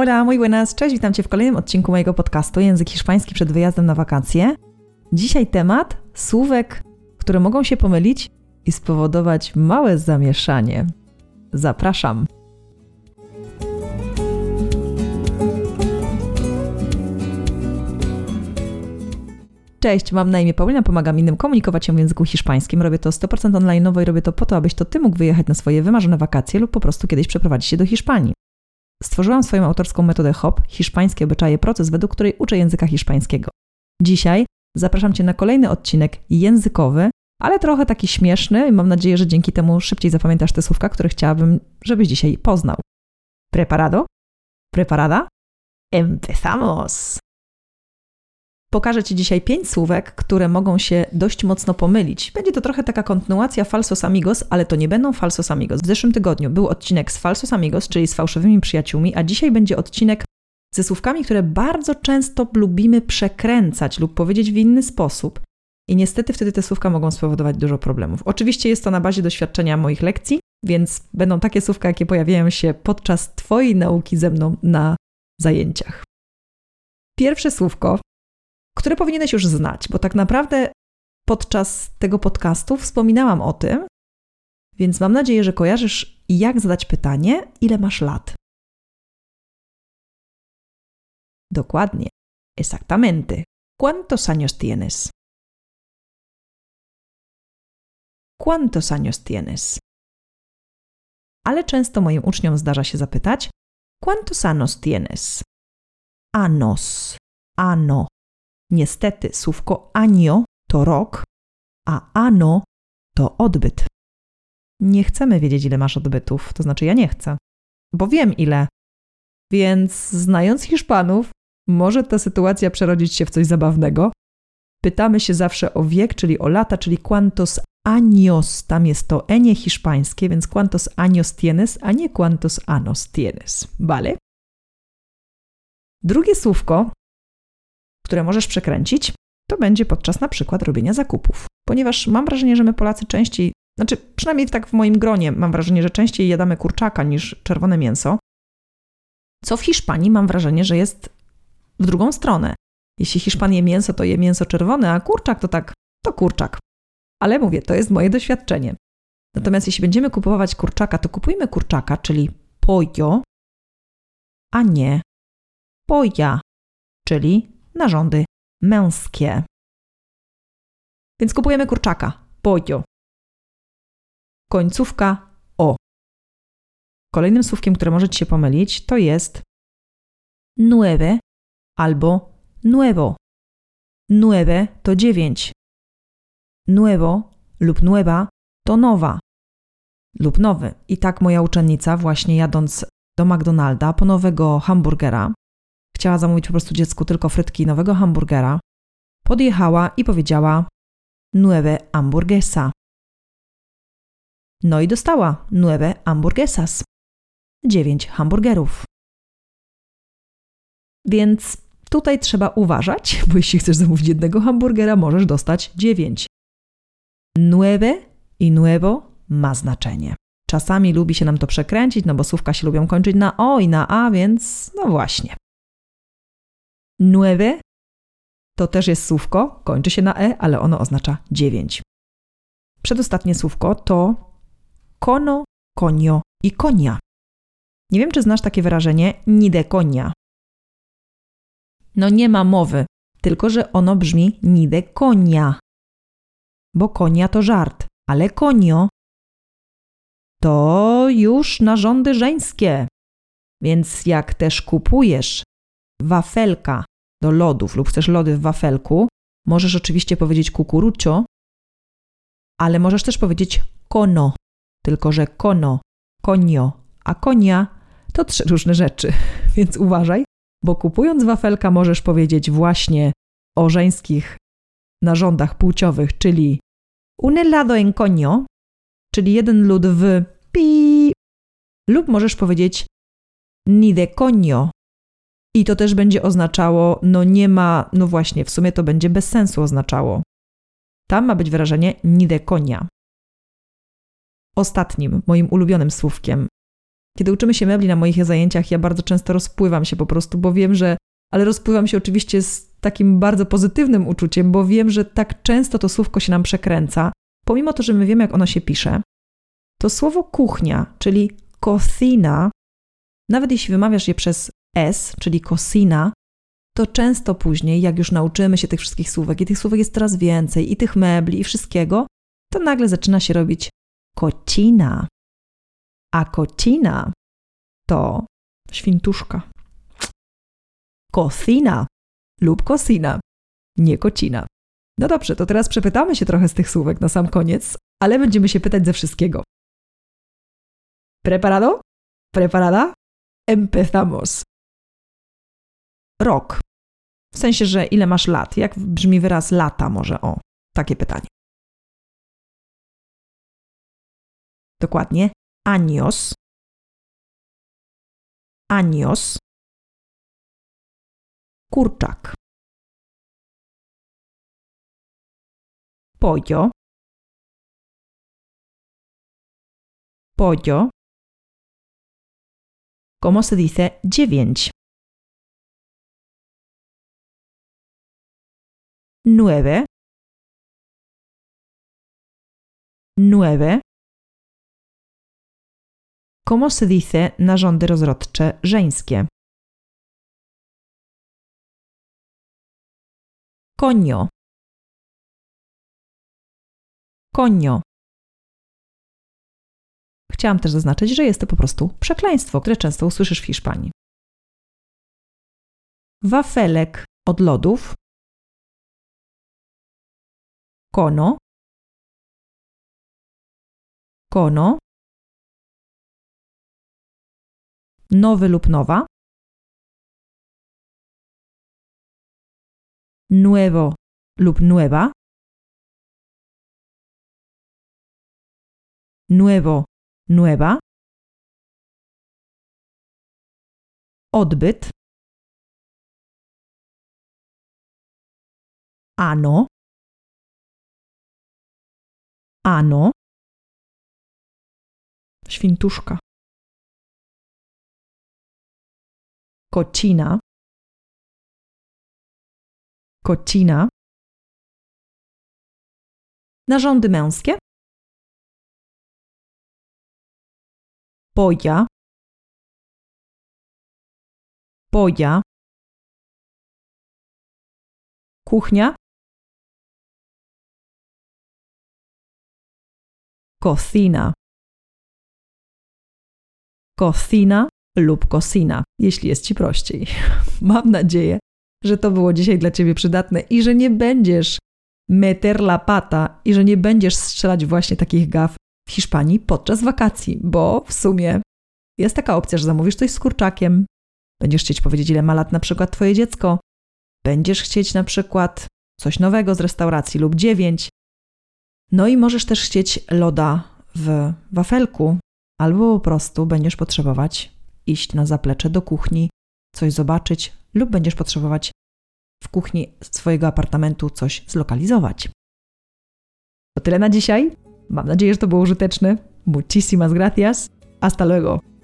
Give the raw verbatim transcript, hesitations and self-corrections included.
Hola, muy buenas, cześć, witam Cię w kolejnym odcinku mojego podcastu Język Hiszpański przed wyjazdem na wakacje. Dzisiaj temat słówek, które mogą się pomylić i spowodować małe zamieszanie. Zapraszam. Cześć, mam na imię Paulina, pomagam innym komunikować się w języku hiszpańskim. Robię to sto procent online'owo i robię to po to, abyś to Ty mógł wyjechać na swoje wymarzone wakacje lub po prostu kiedyś przeprowadzić się do Hiszpanii. Stworzyłam swoją autorską metodę H O P, Hiszpańskie obyczaje, proces, według której uczę języka hiszpańskiego. Dzisiaj zapraszam Cię na kolejny odcinek językowy, ale trochę taki śmieszny i mam nadzieję, że dzięki temu szybciej zapamiętasz te słówka, które chciałabym, żebyś dzisiaj poznał. Preparado? Preparada? Empezamos! Pokażę Ci dzisiaj pięć słówek, które mogą się dość mocno pomylić. Będzie to trochę taka kontynuacja falsos amigos, ale to nie będą falsos amigos. W zeszłym tygodniu był odcinek z falsos amigos, czyli z fałszywymi przyjaciółmi, a dzisiaj będzie odcinek ze słówkami, które bardzo często lubimy przekręcać lub powiedzieć w inny sposób. I niestety wtedy te słówka mogą spowodować dużo problemów. Oczywiście jest to na bazie doświadczenia moich lekcji, więc będą takie słówka, jakie pojawiają się podczas Twojej nauki ze mną na zajęciach. Pierwsze słówko, które powinieneś już znać, bo tak naprawdę podczas tego podcastu wspominałam o tym, więc mam nadzieję, że kojarzysz, jak zadać pytanie, ile masz lat. Dokładnie. Exactamente. ¿Cuántos años tienes? ¿Cuántos años tienes? Ale często moim uczniom zdarza się zapytać ¿Cuántos años tienes? Anos. Ano. Niestety słówko año to rok, a ano to odbyt. Nie chcemy wiedzieć, ile masz odbytów, to znaczy ja nie chcę, bo wiem ile. Więc znając Hiszpanów, może ta sytuacja przerodzić się w coś zabawnego. Pytamy się zawsze o wiek, czyli o lata, czyli cuántos años, tam jest to enie hiszpańskie, więc cuántos años tienes, a nie cuántos anos tienes, vale? Drugie słówko, które możesz przekręcić, to będzie podczas na przykład robienia zakupów. Ponieważ mam wrażenie, że my Polacy częściej, znaczy przynajmniej tak w moim gronie, mam wrażenie, że częściej jadamy kurczaka niż czerwone mięso, co w Hiszpanii mam wrażenie, że jest w drugą stronę. Jeśli Hiszpan je mięso, to je mięso czerwone, a kurczak to tak, to kurczak. Ale mówię, to jest moje doświadczenie. Natomiast jeśli będziemy kupować kurczaka, to kupujmy kurczaka, czyli pollo, a nie polla, czyli narządy męskie. Więc kupujemy kurczaka, pollo. Końcówka o. Kolejnym słówkiem, które może Ci się pomylić, to jest nueve albo nuevo. Nueve to dziewięć. Nuevo lub nueva to nowa lub nowy. I tak moja uczennica, właśnie jadąc do McDonalda po nowego hamburgera, chciała zamówić po prostu dziecku tylko frytki i nowego hamburgera, podjechała i powiedziała nueve hamburguesa. No i dostała nueve hamburguesas. Dziewięć hamburgerów. Więc tutaj trzeba uważać, bo jeśli chcesz zamówić jednego hamburgera, możesz dostać dziewięć. Nueve i nuevo ma znaczenie. Czasami lubi się nam to przekręcić, no bo słówka się lubią kończyć na o i na a, więc no właśnie. Nueve to też jest słówko, kończy się na e, ale ono oznacza dziewięć. Przedostatnie słówko to kono, konio i konia. Nie wiem, czy znasz takie wyrażenie ni de konia. No nie ma mowy, tylko że ono brzmi ni de konia. Bo konia to żart, ale konio to już narządy żeńskie. Więc jak też kupujesz wafelka do lodów lub chcesz lody w wafelku, możesz oczywiście powiedzieć cucurucho, ale możesz też powiedzieć kono, tylko że kono, konio, a konia to trzy różne rzeczy, więc uważaj, bo kupując wafelka możesz powiedzieć właśnie o żeńskich narządach płciowych, czyli un helado en coño, czyli jeden lód w pi, lub możesz powiedzieć ni de coño. I to też będzie oznaczało, no nie ma, no właśnie, w sumie to będzie bez sensu oznaczało. Tam ma być wyrażenie ni de coña. Ostatnim, moim ulubionym słówkiem Kiedy uczymy się mebli na moich zajęciach, ja bardzo często rozpływam się po prostu, bo wiem, że... Ale rozpływam się oczywiście z takim bardzo pozytywnym uczuciem, bo wiem, że tak często to słówko się nam przekręca. Pomimo to, że my wiemy, jak ono się pisze, to słowo kuchnia, czyli cocina, nawet jeśli wymawiasz je przez S, czyli cocina, to często później, jak już nauczymy się tych wszystkich słówek i tych słówek jest coraz więcej, i tych mebli, i wszystkiego, to nagle zaczyna się robić cocina. A cocina to świntuszka. Cocina lub cocina, nie kocina. No dobrze, to teraz przepytamy się trochę z tych słówek na sam koniec, ale będziemy się pytać ze wszystkiego. Preparado? Preparada? Empezamos. Rok. W sensie, że ile masz lat? Jak brzmi wyraz lata może? O, takie pytanie. Dokładnie. Años. Años. Kurczak. Pollo. Pollo. ¿Cómo se dice dziewięć? Nueve. Nueve. ¿Cómo se dice narządy rozrodcze żeńskie? Coño. Coño. Chciałam też zaznaczyć, że jest to po prostu przekleństwo, które często usłyszysz w Hiszpanii. Wafelek od lodów. Cono. Cono. Nowy lub nowa. Nuevo lub nueva. Nuevo, nueva. Odbyt. Ano. Ano. Świntuszka. Kocina. Kocina. Narządy męskie. Polla. Polla. Kuchnia. Cocina. Cocina lub cocina, jeśli jest Ci prościej. Mam nadzieję, że to było dzisiaj dla Ciebie przydatne i że nie będziesz meter la pata i że nie będziesz strzelać właśnie takich gaf w Hiszpanii podczas wakacji, bo w sumie jest taka opcja, że zamówisz coś z kurczakiem, będziesz chcieć powiedzieć, ile ma lat na przykład Twoje dziecko, będziesz chcieć na przykład coś nowego z restauracji lub dziewięć, no i możesz też chcieć loda w wafelku, albo po prostu będziesz potrzebować iść na zaplecze do kuchni, coś zobaczyć lub będziesz potrzebować w kuchni swojego apartamentu coś zlokalizować. To tyle na dzisiaj. Mam nadzieję, że to było użyteczne. Muchísimas gracias. Hasta luego.